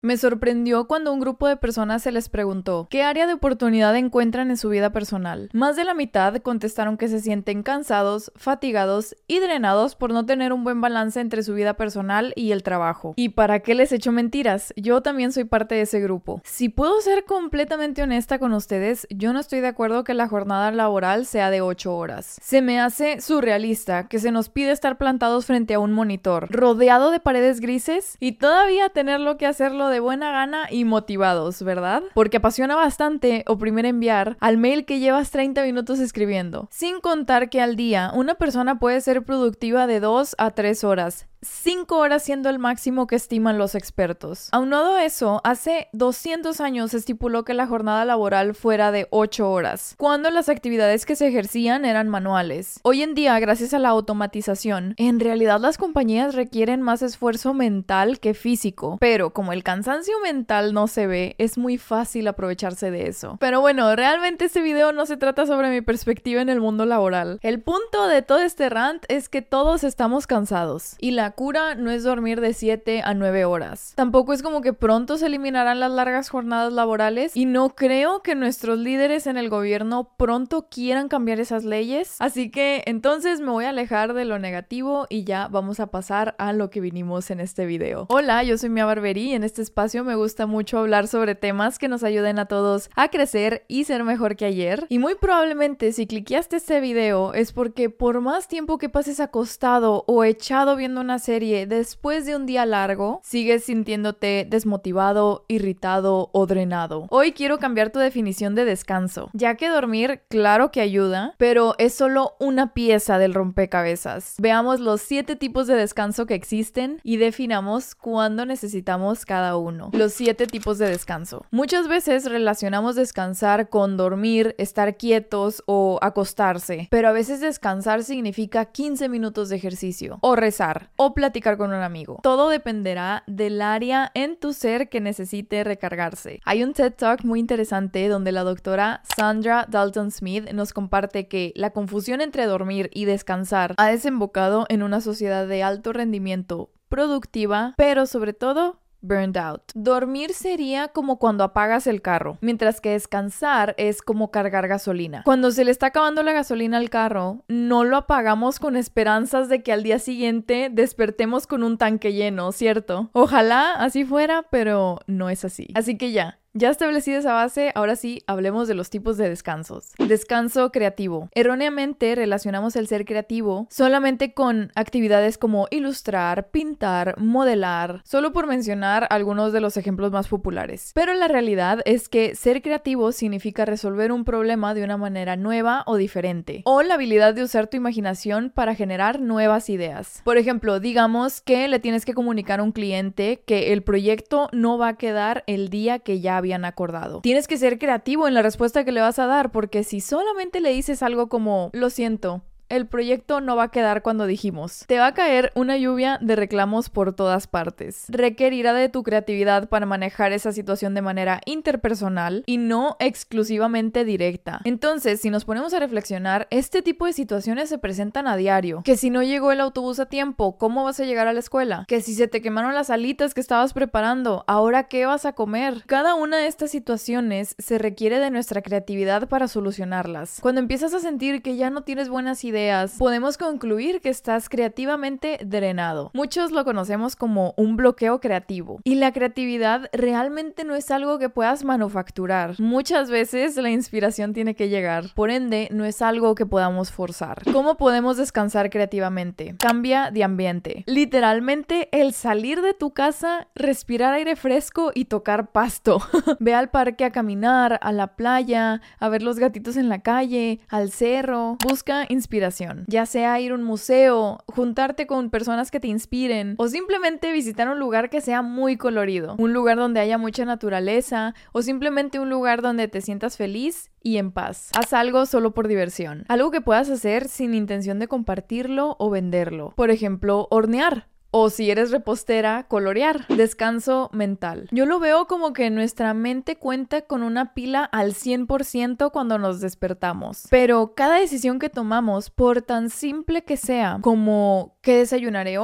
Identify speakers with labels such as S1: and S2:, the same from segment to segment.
S1: Me sorprendió cuando un grupo de personas se les preguntó ¿qué área de oportunidad encuentran en su vida personal? Más de la mitad contestaron que se sienten cansados, fatigados y drenados por no tener un buen balance entre su vida personal y el trabajo. ¿Y para qué les echo mentiras? Yo también soy parte de ese grupo. Si puedo ser completamente honesta con ustedes, yo no estoy de acuerdo que la jornada laboral sea de 8 horas. Se me hace surrealista que se nos pide estar plantados frente a un monitor, rodeado de paredes grises y todavía tenerlo que hacerlo de buena gana y motivados, ¿verdad? Porque apasiona bastante oprimir enviar al mail que llevas 30 minutos escribiendo. Sin contar que al día una persona puede ser productiva de 2 a 3 horas. 5 horas siendo el máximo que estiman los expertos. Aunado a eso, hace 200 años se estipuló que la jornada laboral fuera de 8 horas, cuando las actividades que se ejercían eran manuales. Hoy en día, gracias a la automatización, en realidad las compañías requieren más esfuerzo mental que físico, pero como el cansancio mental no se ve, es muy fácil aprovecharse de eso. Pero bueno, realmente este video no se trata sobre mi perspectiva en el mundo laboral. El punto de todo este rant es que todos estamos cansados, y la cura no es dormir de 7 a 9 horas. Tampoco es como que pronto se eliminarán las largas jornadas laborales y no creo que nuestros líderes en el gobierno pronto quieran cambiar esas leyes. Así que entonces me voy a alejar de lo negativo y ya vamos a pasar a lo que vinimos en este video. Hola, yo soy Mia Barberi y en este espacio me gusta mucho hablar sobre temas que nos ayuden a todos a crecer y ser mejor que ayer. Y muy probablemente si cliqueaste este video es porque por más tiempo que pases acostado o echado viendo una serie después de un día largo, sigues sintiéndote desmotivado, irritado o drenado. Hoy quiero cambiar tu definición de descanso, ya que dormir, claro que ayuda, pero es solo una pieza del rompecabezas. Veamos los 7 tipos de descanso que existen y definamos cuándo necesitamos cada uno. Los 7 tipos de descanso. Muchas veces relacionamos descansar con dormir, estar quietos o acostarse, pero a veces descansar significa 15 minutos de ejercicio, o rezar, o platicar con un amigo. Todo dependerá del área en tu ser que necesite recargarse. Hay un TED Talk muy interesante donde la doctora Sandra Dalton Smith nos comparte que la confusión entre dormir y descansar ha desembocado en una sociedad de alto rendimiento, productiva, pero sobre todo burned out. Dormir sería como cuando apagas el carro, mientras que descansar es como cargar gasolina. Cuando se le está acabando la gasolina al carro, no lo apagamos con esperanzas de que al día siguiente despertemos con un tanque lleno, ¿cierto? Ojalá así fuera, pero no es así. Así que ya establecida esa base, ahora sí, hablemos de los tipos de descansos. Descanso creativo. Erróneamente relacionamos el ser creativo solamente con actividades como ilustrar, pintar, modelar, solo por mencionar algunos de los ejemplos más populares. Pero la realidad es que ser creativo significa resolver un problema de una manera nueva o diferente, o la habilidad de usar tu imaginación para generar nuevas ideas. Por ejemplo, digamos que le tienes que comunicar a un cliente que el proyecto no va a quedar el día que ya habían acordado. Tienes que ser creativo en la respuesta que le vas a dar, porque si solamente le dices algo como lo siento, el proyecto no va a quedar cuando dijimos, te va a caer una lluvia de reclamos por todas partes. Requerirá de tu creatividad para manejar esa situación de manera interpersonal y no exclusivamente directa. Entonces, si nos ponemos a reflexionar, este tipo de situaciones se presentan a diario. Que si no llegó el autobús a tiempo, ¿cómo vas a llegar a la escuela? Que si se te quemaron las alitas que estabas preparando, ¿ahora qué vas a comer? Cada una de estas situaciones se requiere de nuestra creatividad para solucionarlas. Cuando empiezas a sentir que ya no tienes buenas ideas, podemos concluir que estás creativamente drenado. Muchos lo conocemos como un bloqueo creativo. Y la creatividad realmente no es algo que puedas manufacturar. Muchas veces la inspiración tiene que llegar. Por ende, no es algo que podamos forzar. ¿Cómo podemos descansar creativamente? Cambia de ambiente. Literalmente, el salir de tu casa, respirar aire fresco y tocar pasto. Ve al parque a caminar, a la playa, a ver los gatitos en la calle, al cerro. Busca inspiración. Ya sea ir a un museo, juntarte con personas que te inspiren o simplemente visitar un lugar que sea muy colorido, un lugar donde haya mucha naturaleza o simplemente un lugar donde te sientas feliz y en paz. Haz algo solo por diversión, algo que puedas hacer sin intención de compartirlo o venderlo. Por ejemplo, hornear. O si eres repostera, colorear. Descanso mental. Yo lo veo como que nuestra mente cuenta con una pila al 100% cuando nos despertamos. Pero cada decisión que tomamos, por tan simple que sea, como ¿qué desayunaré hoy?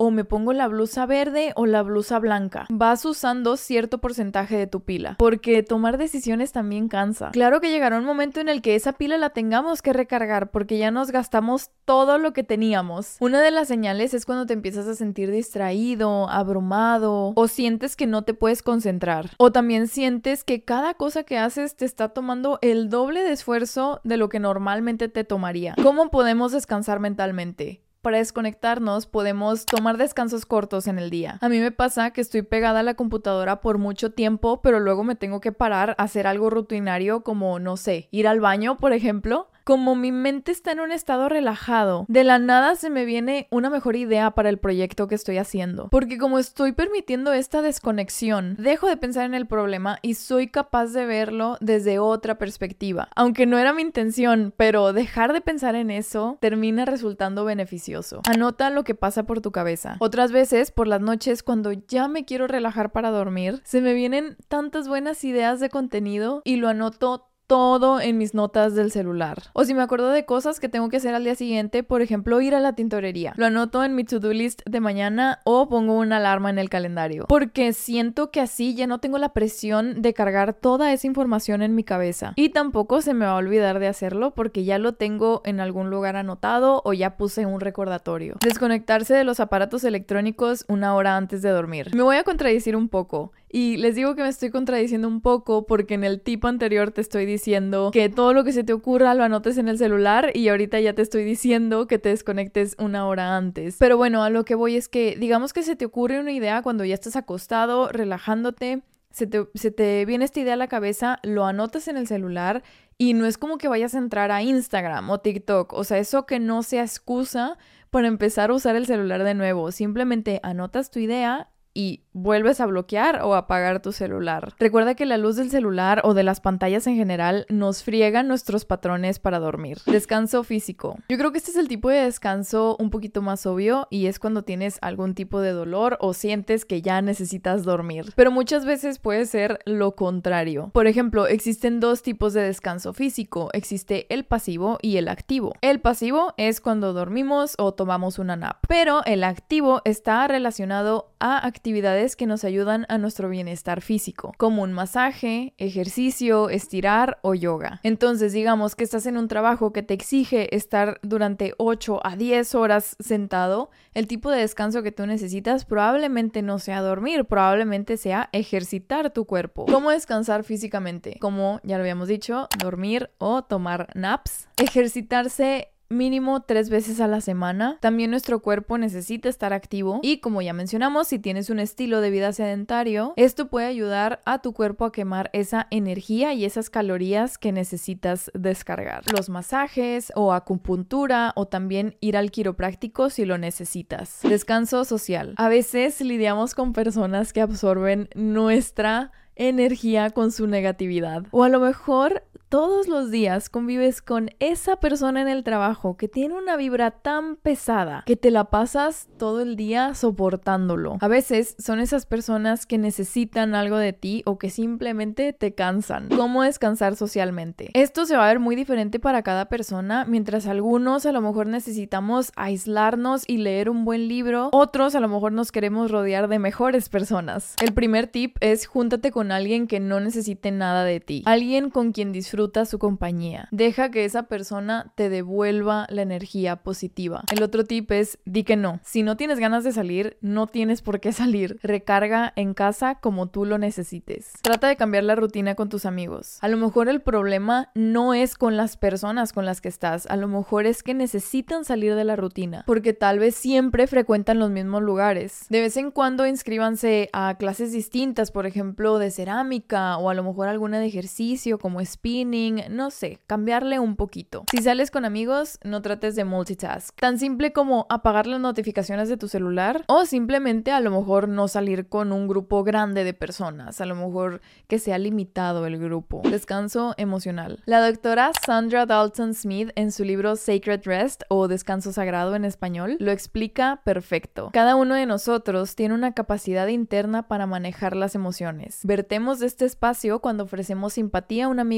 S1: o me pongo la blusa verde o la blusa blanca. Vas usando cierto porcentaje de tu pila, porque tomar decisiones también cansa. Claro que llegará un momento en el que esa pila la tengamos que recargar porque ya nos gastamos todo lo que teníamos. Una de las señales es cuando te empiezas a sentir distraído, abrumado, o sientes que no te puedes concentrar, o también sientes que cada cosa que haces te está tomando el doble de esfuerzo de lo que normalmente te tomaría. ¿Cómo podemos descansar mentalmente? Para desconectarnos podemos tomar descansos cortos en el día. A mí me pasa que estoy pegada a la computadora por mucho tiempo, pero luego me tengo que parar a hacer algo rutinario como, no sé, ir al baño, por ejemplo. Como mi mente está en un estado relajado, de la nada se me viene una mejor idea para el proyecto que estoy haciendo. Porque como estoy permitiendo esta desconexión, dejo de pensar en el problema y soy capaz de verlo desde otra perspectiva. Aunque no era mi intención, pero dejar de pensar en eso termina resultando beneficioso. Anota lo que pasa por tu cabeza. Otras veces, por las noches, cuando ya me quiero relajar para dormir, se me vienen tantas buenas ideas de contenido y lo anoto todo en mis notas del celular. O si me acuerdo de cosas que tengo que hacer al día siguiente, por ejemplo, ir a la tintorería. Lo anoto en mi to-do list de mañana o pongo una alarma en el calendario. Porque siento que así ya no tengo la presión de cargar toda esa información en mi cabeza. Y tampoco se me va a olvidar de hacerlo porque ya lo tengo en algún lugar anotado o ya puse un recordatorio. Desconectarse de los aparatos electrónicos una hora antes de dormir. Me voy a contradecir un poco. Y les digo que me estoy contradiciendo un poco porque en el tip anterior te estoy diciendo que todo lo que se te ocurra lo anotes en el celular y ahorita ya te estoy diciendo que te desconectes una hora antes. Pero bueno, a lo que voy es que digamos que se te ocurre una idea cuando ya estás acostado, relajándote, se te viene esta idea a la cabeza, lo anotas en el celular y no es como que vayas a entrar a Instagram o TikTok. O sea, eso que no sea excusa para empezar a usar el celular de nuevo. Simplemente anotas tu idea y vuelves a bloquear o apagar tu celular. Recuerda que la luz del celular o de las pantallas en general nos friegan nuestros patrones para dormir. Descanso físico. Yo creo que este es el tipo de descanso un poquito más obvio y es cuando tienes algún tipo de dolor o sientes que ya necesitas dormir. Pero muchas veces puede ser lo contrario. Por ejemplo, existen dos tipos de descanso físico. Existe el pasivo y el activo. El pasivo es cuando dormimos o tomamos una nap. Pero el activo está relacionado a actividades que nos ayudan a nuestro bienestar físico, como un masaje, ejercicio, estirar o yoga. Entonces, digamos que estás en un trabajo que te exige estar durante 8 a 10 horas sentado, el tipo de descanso que tú necesitas probablemente no sea dormir, probablemente sea ejercitar tu cuerpo. ¿Cómo descansar físicamente? Como ya lo habíamos dicho, dormir o tomar naps. Ejercitarse mínimo 3 veces a la semana. También nuestro cuerpo necesita estar activo y como ya mencionamos, si tienes un estilo de vida sedentario, esto puede ayudar a tu cuerpo a quemar esa energía y esas calorías que necesitas descargar. Los masajes o acupuntura o también ir al quiropráctico si lo necesitas. Descanso social. A veces lidiamos con personas que absorben nuestra energía con su negatividad. O a lo mejor todos los días convives con esa persona en el trabajo que tiene una vibra tan pesada que te la pasas todo el día soportándolo. A veces son esas personas que necesitan algo de ti o que simplemente te cansan. ¿Cómo descansar socialmente? Esto se va a ver muy diferente para cada persona. Mientras algunos a lo mejor necesitamos aislarnos y leer un buen libro, otros a lo mejor nos queremos rodear de mejores personas. El primer tip es júntate con alguien que no necesite nada de ti. Alguien con quien disfruta su compañía. Deja que esa persona te devuelva la energía positiva. El otro tip es di que no. Si no tienes ganas de salir, no tienes por qué salir. Recarga en casa como tú lo necesites. Trata de cambiar la rutina con tus amigos. A lo mejor el problema no es con las personas con las que estás. A lo mejor es que necesitan salir de la rutina porque tal vez siempre frecuentan los mismos lugares. De vez en cuando inscríbanse a clases distintas, por ejemplo, de cerámica o a lo mejor alguna de ejercicio como spinning, no sé, cambiarle un poquito. Si sales con amigos, no trates de multitask. Tan simple como apagar las notificaciones de tu celular o simplemente a lo mejor no salir con un grupo grande de personas. A lo mejor que sea limitado el grupo. Descanso emocional. La doctora Sandra Dalton Smith en su libro Sacred Rest o Descanso Sagrado en español lo explica perfecto. Cada uno de nosotros tiene una capacidad interna para manejar las emociones. Vertemos de este espacio cuando ofrecemos simpatía a un amigo que acaba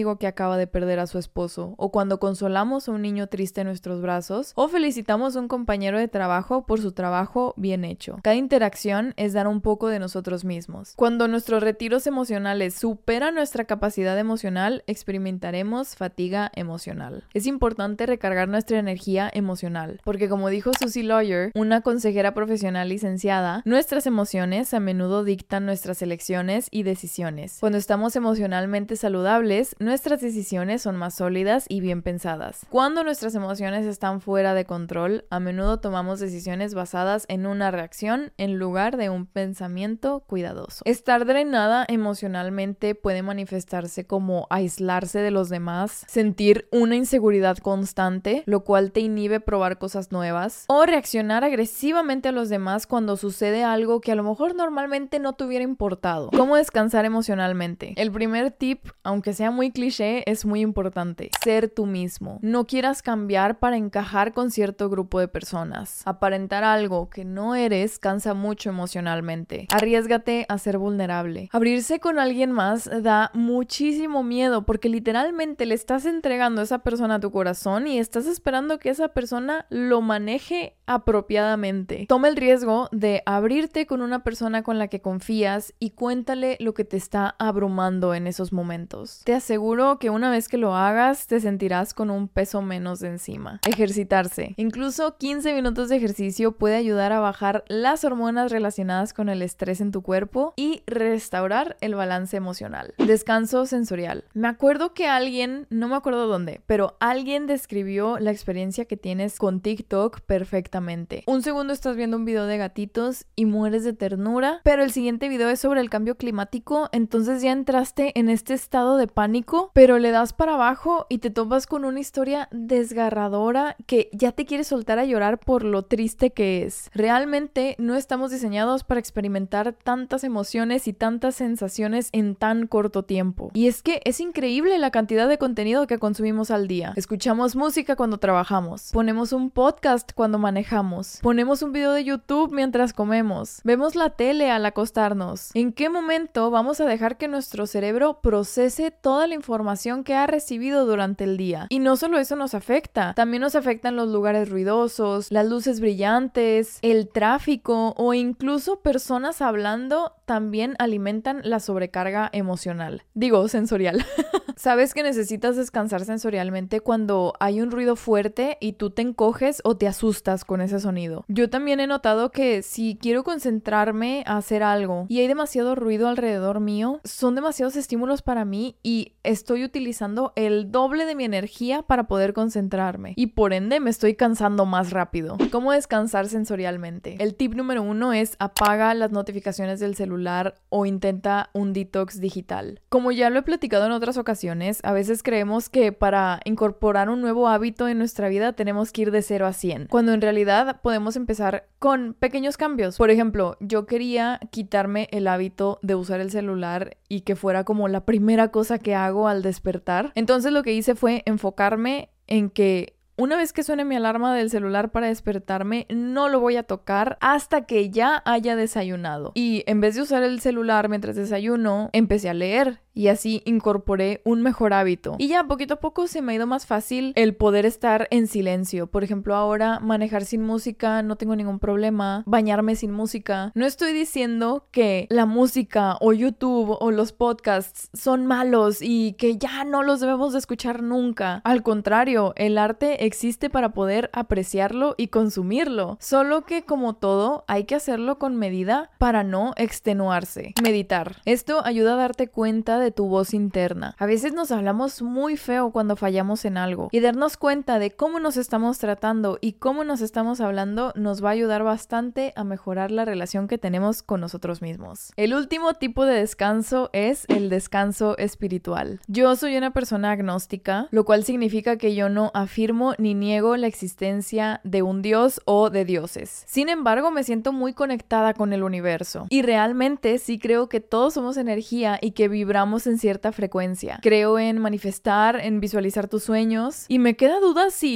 S1: acaba de perder a su esposo, o cuando consolamos a un niño triste en nuestros brazos, o felicitamos a un compañero de trabajo por su trabajo bien hecho. Cada interacción es dar un poco de nosotros mismos. Cuando nuestros retiros emocionales superan nuestra capacidad emocional, experimentaremos fatiga emocional. Es importante recargar nuestra energía emocional, porque como dijo Susie Lawyer, una consejera profesional licenciada, nuestras emociones a menudo dictan nuestras elecciones y decisiones. Cuando estamos emocionalmente saludables, nuestras decisiones son más sólidas y bien pensadas. Cuando nuestras emociones están fuera de control, a menudo tomamos decisiones basadas en una reacción en lugar de un pensamiento cuidadoso. Estar drenada emocionalmente puede manifestarse como aislarse de los demás, sentir una inseguridad constante, lo cual te inhibe probar cosas nuevas, o reaccionar agresivamente a los demás cuando sucede algo que a lo mejor normalmente no te hubiera importado. ¿Cómo descansar emocionalmente? El primer tip, aunque sea muy cliché, es muy importante. Ser tú mismo. No quieras cambiar para encajar con cierto grupo de personas. Aparentar algo que no eres cansa mucho emocionalmente. Arriésgate a ser vulnerable. Abrirse con alguien más da muchísimo miedo porque literalmente le estás entregando a esa persona tu corazón y estás esperando que esa persona lo maneje apropiadamente. Toma el riesgo de abrirte con una persona con la que confías y cuéntale lo que te está abrumando en esos momentos. Te aseguro que una vez que lo hagas te sentirás con un peso menos de encima. Ejercitarse. Incluso 15 minutos de ejercicio puede ayudar a bajar las hormonas relacionadas con el estrés en tu cuerpo y restaurar el balance emocional. Descanso sensorial. Me acuerdo que alguien, no me acuerdo dónde, pero alguien describió la experiencia que tienes con TikTok perfectamente. Un segundo estás viendo un video de gatitos y mueres de ternura, pero el siguiente video es sobre el cambio climático, entonces ya entraste en este estado de pánico, pero le das para abajo y te topas con una historia desgarradora que ya te quiere soltar a llorar por lo triste que es. Realmente no estamos diseñados para experimentar tantas emociones y tantas sensaciones en tan corto tiempo. Y es que es increíble la cantidad de contenido que consumimos al día. Escuchamos música cuando trabajamos, ponemos un podcast cuando manejamos, ponemos un video de YouTube mientras comemos, vemos la tele al acostarnos. ¿En qué momento vamos a dejar que nuestro cerebro procese toda la información que ha recibido durante el día? Y no solo eso nos afecta, también nos afectan los lugares ruidosos, las luces brillantes, el tráfico o incluso personas hablando también alimentan la sobrecarga emocional. Digo, sensorial. Sabes que necesitas descansar sensorialmente cuando hay un ruido fuerte y tú te encoges o te asustas con ese sonido. Yo también he notado que si quiero concentrarme a hacer algo y hay demasiado ruido alrededor mío, son demasiados estímulos para mí y estoy utilizando el doble de mi energía para poder concentrarme y por ende me estoy cansando más rápido. ¿Cómo descansar sensorialmente? El tip número 1 es apaga las notificaciones del celular o intenta un detox digital. Como ya lo he platicado en otras ocasiones, a veces creemos que para incorporar un nuevo hábito en nuestra vida tenemos que ir de 0 a 100, cuando en realidad podemos empezar con pequeños cambios. Por ejemplo, yo quería quitarme el hábito de usar el celular y que fuera como la primera cosa que hago al despertar. Entonces lo que hice fue enfocarme en que una vez que suene mi alarma del celular para despertarme, no lo voy a tocar hasta que ya haya desayunado. Y en vez de usar el celular mientras desayuno, empecé a leer. Y así incorporé un mejor hábito. Y ya poquito a poco se me ha ido más fácil el poder estar en silencio. Por ejemplo, ahora manejar sin música no tengo ningún problema. Bañarme sin música. No estoy diciendo que la música o YouTube o los podcasts son malos y que ya no los debemos de escuchar nunca. Al contrario, el arte existe para poder apreciarlo y consumirlo. Solo que como todo, hay que hacerlo con medida para no extenuarse. Meditar. Esto ayuda a darte cuenta de tu voz interna. A veces nos hablamos muy feo cuando fallamos en algo y darnos cuenta de cómo nos estamos tratando y cómo nos estamos hablando nos va a ayudar bastante a mejorar la relación que tenemos con nosotros mismos. El último tipo de descanso es el descanso espiritual. Yo soy una persona agnóstica, lo cual significa que yo no afirmo ni niego la existencia de un dios o de dioses. Sin embargo, me siento muy conectada con el universo y realmente sí creo que todos somos energía y que vibramos en cierta frecuencia. Creo en manifestar, en visualizar tus sueños y me queda duda si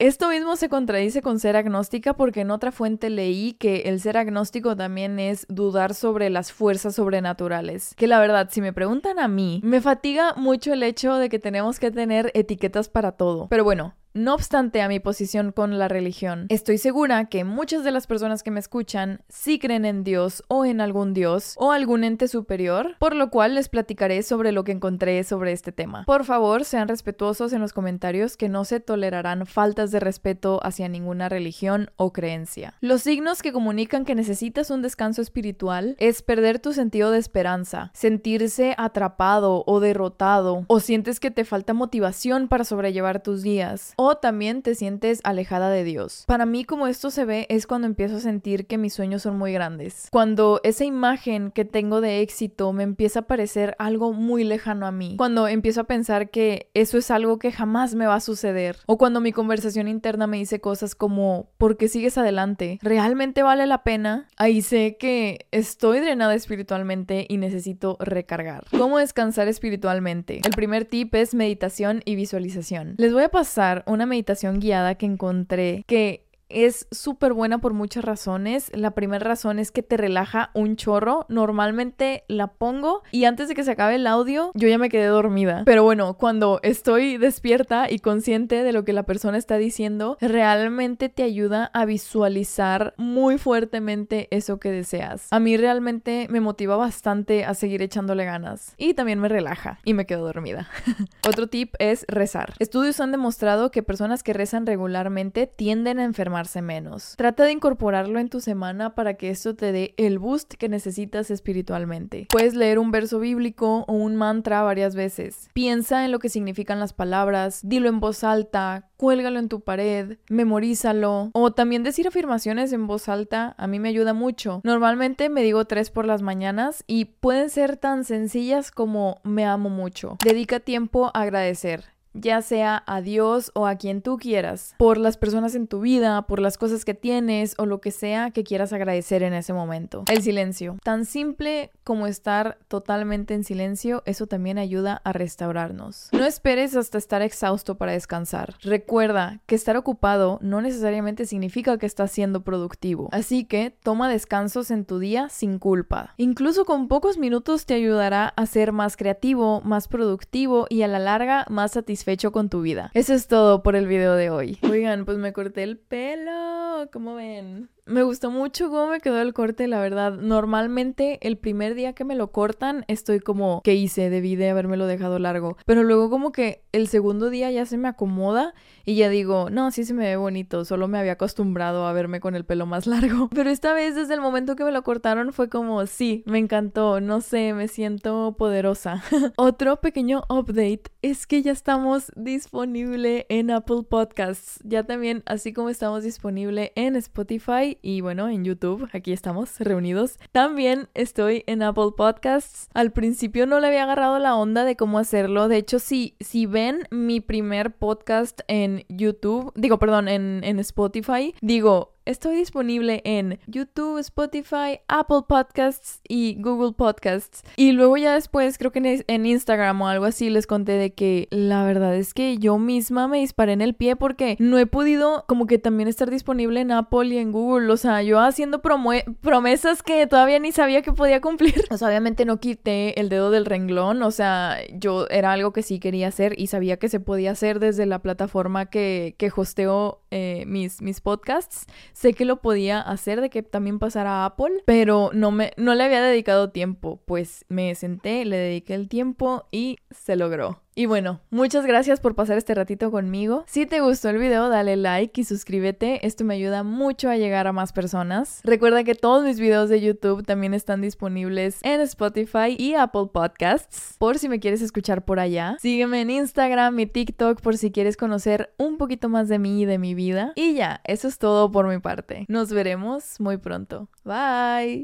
S1: Esto mismo se contradice con ser agnóstica porque en otra fuente leí que el ser agnóstico también es dudar sobre las fuerzas sobrenaturales. Que la verdad, si me preguntan a mí, me fatiga mucho el hecho de que tenemos que tener etiquetas para todo. Pero bueno, no obstante a mi posición con la religión, estoy segura que muchas de las personas que me escuchan sí creen en Dios o en algún Dios o algún ente superior, por lo cual les platicaré sobre lo que encontré sobre este tema. Por favor, sean respetuosos en los comentarios, que no se tolerarán faltas de respeto hacia ninguna religión o creencia. Los signos que comunican que necesitas un descanso espiritual es perder tu sentido de esperanza, sentirse atrapado o derrotado, o sientes que te falta motivación para sobrellevar tus días, o también te sientes alejada de Dios. Para mí, como esto se ve, es cuando empiezo a sentir que mis sueños son muy grandes. Cuando esa imagen que tengo de éxito me empieza a parecer algo muy lejano a mí. Cuando empiezo a pensar que eso es algo que jamás me va a suceder. O cuando mi conversación interna me dice cosas como, ¿por qué sigues adelante? ¿Realmente vale la pena? Ahí sé que estoy drenada espiritualmente y necesito recargar. ¿Cómo descansar espiritualmente? El primer tip es meditación y visualización. Les voy a pasar una meditación guiada que encontré que es súper buena por muchas razones. La primera razón es que te relaja un chorro. Normalmente la pongo y antes de que se acabe el audio yo ya me quedé dormida. Pero bueno, cuando estoy despierta y consciente de lo que la persona está diciendo, realmente te ayuda a visualizar muy fuertemente eso que deseas. A mí realmente me motiva bastante a seguir echándole ganas. Y también me relaja y me quedo dormida. Otro tip es rezar. Estudios han demostrado que personas que rezan regularmente tienden a enfermarse menos. Trata de incorporarlo en tu semana para que esto te dé el boost que necesitas espiritualmente. Puedes leer un verso bíblico o un mantra varias veces. Piensa en lo que significan las palabras, dilo en voz alta, cuélgalo en tu pared, memorízalo, o también decir afirmaciones en voz alta a mí me ayuda mucho. Normalmente me digo 3 por las mañanas y pueden ser tan sencillas como me amo mucho. Dedica tiempo a agradecer, ya sea a Dios o a quien tú quieras, por las personas en tu vida, por las cosas que tienes o lo que sea que quieras agradecer en ese momento. El silencio. Tan simple como estar totalmente en silencio, eso también ayuda a restaurarnos. No esperes hasta estar exhausto para descansar. Recuerda que estar ocupado no necesariamente significa que estás siendo productivo. Así que toma descansos en tu día sin culpa. Incluso con pocos minutos te ayudará a ser más creativo, más productivo y a la larga más satisfecho con tu vida. Eso es todo por el video de hoy. Oigan, pues me corté el pelo. ¿Cómo ven? Me gustó mucho cómo me quedó el corte, la verdad. Normalmente el primer día que me lo cortan estoy como, ¿qué hice? Debí de habérmelo dejado largo. Pero luego como que el segundo día ya se me acomoda y ya digo, no, sí se me ve bonito. Solo me había acostumbrado a verme con el pelo más largo. Pero esta vez desde el momento que me lo cortaron fue como, sí, me encantó. No sé, me siento poderosa. Otro pequeño update es que ya estamos disponible en Apple Podcasts. Ya también, así como estamos disponible en Spotify y bueno, en YouTube, aquí estamos reunidos. También estoy en Apple Podcasts. Al principio no le había agarrado la onda de cómo hacerlo. De hecho, si ven mi primer podcast en YouTube, en Spotify, estoy disponible en YouTube, Spotify, Apple Podcasts y Google Podcasts. Y luego ya después, creo que en Instagram o algo así, les conté de que la verdad es que yo misma me disparé en el pie porque no he podido como que también estar disponible en Apple y en Google. O sea, yo haciendo promesas que todavía ni sabía que podía cumplir. O sea, obviamente no quité el dedo del renglón. O sea, yo era algo que sí quería hacer y sabía que se podía hacer desde la plataforma que hosteo mis podcasts. Sé que lo podía hacer de que también pasara a Apple, pero no le había dedicado tiempo. Pues me senté, le dediqué el tiempo y se logró. Y bueno, muchas gracias por pasar este ratito conmigo. Si te gustó el video, dale like y suscríbete. Esto me ayuda mucho a llegar a más personas. Recuerda que todos mis videos de YouTube también están disponibles en Spotify y Apple Podcasts, por si me quieres escuchar por allá. Sígueme en Instagram y TikTok por si quieres conocer un poquito más de mí y de mi vida. Y ya, eso es todo por mi parte. Nos veremos muy pronto. Bye.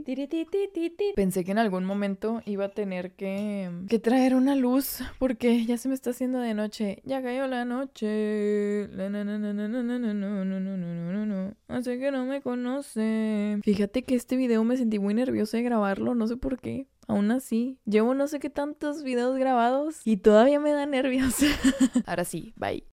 S1: Pensé que en algún momento iba a tener que traer una luz porque ya se me está haciendo de noche. Ya cayó la noche. Así que no me conoce. Fíjate que este video me sentí muy nerviosa de grabarlo. No sé por qué. Aún así, llevo no sé qué tantos videos grabados y todavía me da nervios. Ahora sí, bye.